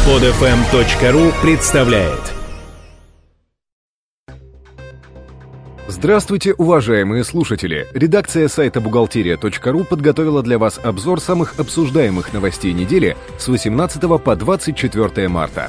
Podfm.ru представляет. Здравствуйте, уважаемые слушатели! Редакция сайта бухгалтерия.ру подготовила для вас обзор самых обсуждаемых новостей недели с 18 по 24 марта.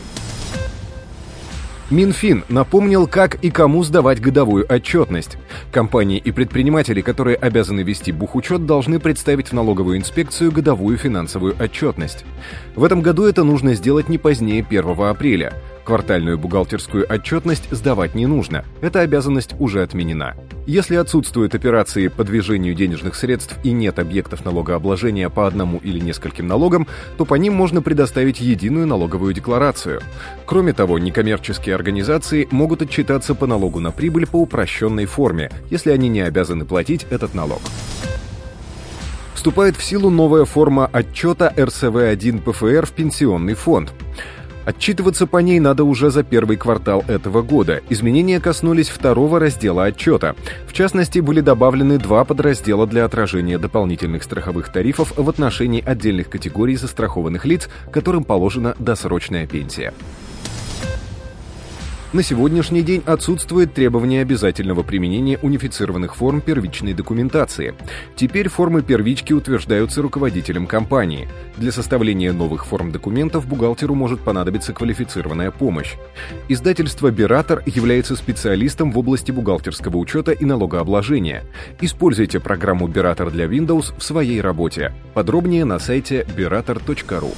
Минфин напомнил, как и кому сдавать годовую отчетность. Компании и предприниматели, которые обязаны вести бухучет, должны представить в налоговую инспекцию годовую финансовую отчетность. В этом году это нужно сделать не позднее 1 апреля. Квартальную бухгалтерскую отчетность сдавать не нужно, эта обязанность уже отменена. Если отсутствуют операции по движению денежных средств и нет объектов налогообложения по одному или нескольким налогам, то по ним можно предоставить единую налоговую декларацию. Кроме того, некоммерческие организации могут отчитаться по налогу на прибыль по упрощенной форме, если они не обязаны платить этот налог. Вступает в силу новая форма отчета РСВ-1 ПФР в пенсионный фонд. Отчитываться по ней надо уже за первый квартал этого года. Изменения коснулись второго раздела отчета. В частности, были добавлены два подраздела для отражения дополнительных страховых тарифов в отношении отдельных категорий застрахованных лиц, которым положена досрочная пенсия. На сегодняшний день отсутствует требование обязательного применения унифицированных форм первичной документации. Теперь формы первички утверждаются руководителем компании. Для составления новых форм документов бухгалтеру может понадобиться квалифицированная помощь. Издательство «Бератор» является специалистом в области бухгалтерского учета и налогообложения. Используйте программу «Бератор» для Windows в своей работе. Подробнее на сайте berator.ru.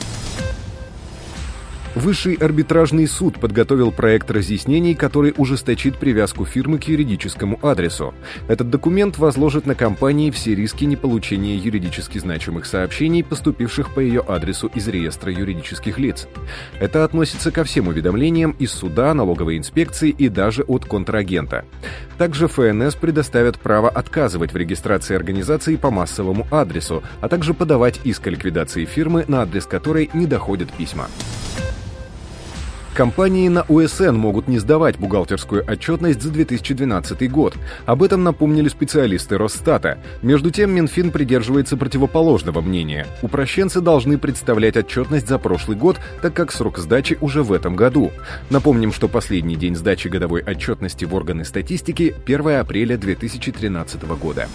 Высший арбитражный суд подготовил проект разъяснений, который ужесточит привязку фирмы к юридическому адресу. Этот документ возложит на компании все риски неполучения юридически значимых сообщений, поступивших по ее адресу из реестра юридических лиц. Это относится ко всем уведомлениям из суда, налоговой инспекции и даже от контрагента. Также ФНС предоставят право отказывать в регистрации организации по массовому адресу, а также подавать иск о ликвидации фирмы, на адрес которой не доходят письма. Компании на УСН могут не сдавать бухгалтерскую отчетность за 2012 год. Об этом напомнили специалисты Росстата. Между тем, Минфин придерживается противоположного мнения. Упрощенцы должны представлять отчетность за прошлый год, так как срок сдачи уже в этом году. Напомним, что последний день сдачи годовой отчетности в органы статистики – 1 апреля 2013 года.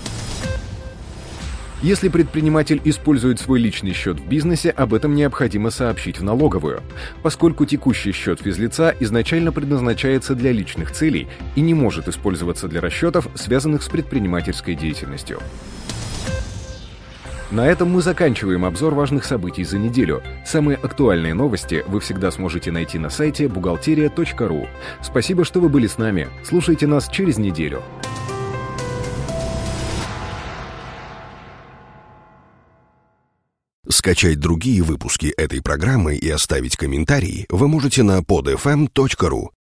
Если предприниматель использует свой личный счет в бизнесе, об этом необходимо сообщить в налоговую, поскольку текущий счет физлица изначально предназначается для личных целей и не может использоваться для расчетов, связанных с предпринимательской деятельностью. На этом мы заканчиваем обзор важных событий за неделю. Самые актуальные новости вы всегда сможете найти на сайте бухгалтерия.ру. Спасибо, что вы были с нами. Слушайте нас через неделю. Скачать другие выпуски этой программы и оставить комментарии вы можете на podfm.ru.